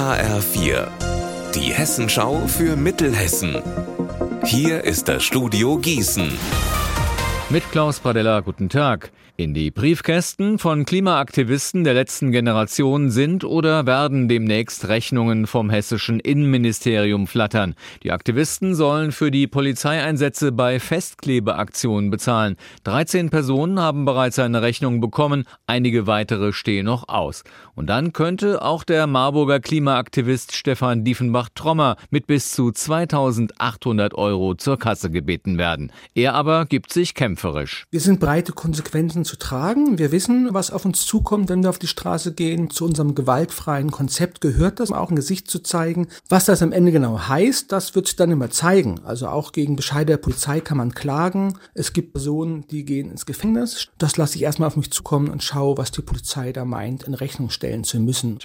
HR4, die Hessenschau für Mittelhessen. Hier ist das Studio Gießen. Mit Klaus Pradella, guten Tag. In die Briefkästen von Klimaaktivisten der letzten Generation sind oder werden demnächst Rechnungen vom hessischen Innenministerium flattern. Die Aktivisten sollen für die Polizeieinsätze bei Festklebeaktionen bezahlen. 13 Personen haben bereits eine Rechnung bekommen, einige weitere stehen noch aus. Und dann könnte auch der Marburger Klimaaktivist Stefan Diefenbach-Trommer mit bis zu 2.800 € zur Kasse gebeten werden. Er aber gibt sich kämpferisch. Wir sind breite Konsequenzen zu tragen. Wir wissen, was auf uns zukommt, wenn wir auf die Straße gehen. Zu unserem gewaltfreien Konzept gehört das, auch ein Gesicht zu zeigen. Was das am Ende genau heißt, das wird sich dann immer zeigen. Also auch gegen Bescheide der Polizei kann man klagen. Es gibt Personen, die gehen ins Gefängnis. Das lasse ich erstmal auf mich zukommen und schaue, was die Polizei da meint, in Rechnung stellen zu müssen.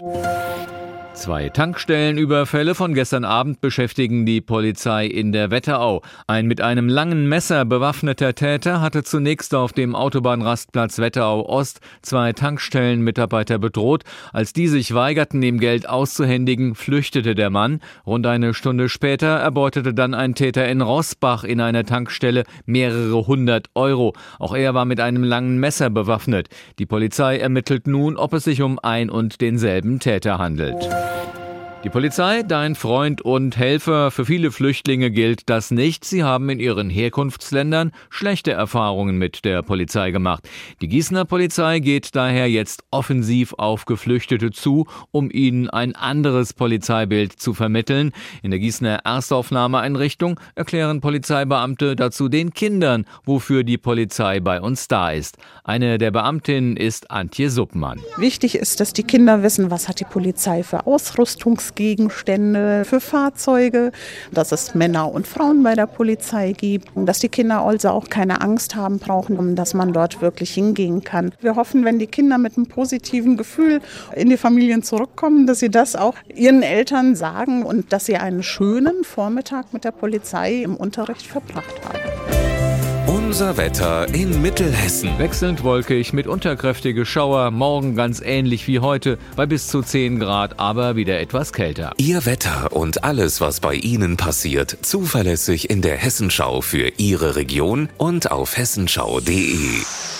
2 Tankstellenüberfälle von gestern Abend beschäftigen die Polizei in der Wetterau. Ein mit einem langen Messer bewaffneter Täter hatte zunächst auf dem Autobahnrastplatz Wetterau Ost 2 Tankstellenmitarbeiter bedroht. Als die sich weigerten, ihm Geld auszuhändigen, flüchtete der Mann. Rund eine Stunde später erbeutete dann ein Täter in Roßbach in einer Tankstelle mehrere 100 €. Auch er war mit einem langen Messer bewaffnet. Die Polizei ermittelt nun, ob es sich um ein und denselben Täter handelt. Die Polizei, dein Freund und Helfer. Für viele Flüchtlinge gilt das nicht. Sie haben in ihren Herkunftsländern schlechte Erfahrungen mit der Polizei gemacht. Die Gießener Polizei geht daher jetzt offensiv auf Geflüchtete zu, um ihnen ein anderes Polizeibild zu vermitteln. In der Gießener Erstaufnahmeeinrichtung erklären Polizeibeamte dazu den Kindern, wofür die Polizei bei uns da ist. Eine der Beamtinnen ist Antje Suppmann. Wichtig ist, dass die Kinder wissen, was hat die Polizei für Ausrüstungsgegenstände, für Fahrzeuge, dass es Männer und Frauen bei der Polizei gibt und dass die Kinder also auch keine Angst haben brauchen, dass man dort wirklich hingehen kann. Wir hoffen, wenn die Kinder mit einem positiven Gefühl in die Familien zurückkommen, dass sie das auch ihren Eltern sagen und dass sie einen schönen Vormittag mit der Polizei im Unterricht verbracht haben. Unser Wetter in Mittelhessen. Wechselnd wolkig mit unterkräftige Schauer, morgen ganz ähnlich wie heute, bei bis zu 10 Grad, aber wieder etwas kälter. Ihr Wetter und alles, was bei Ihnen passiert, zuverlässig in der Hessenschau für Ihre Region und auf hessenschau.de.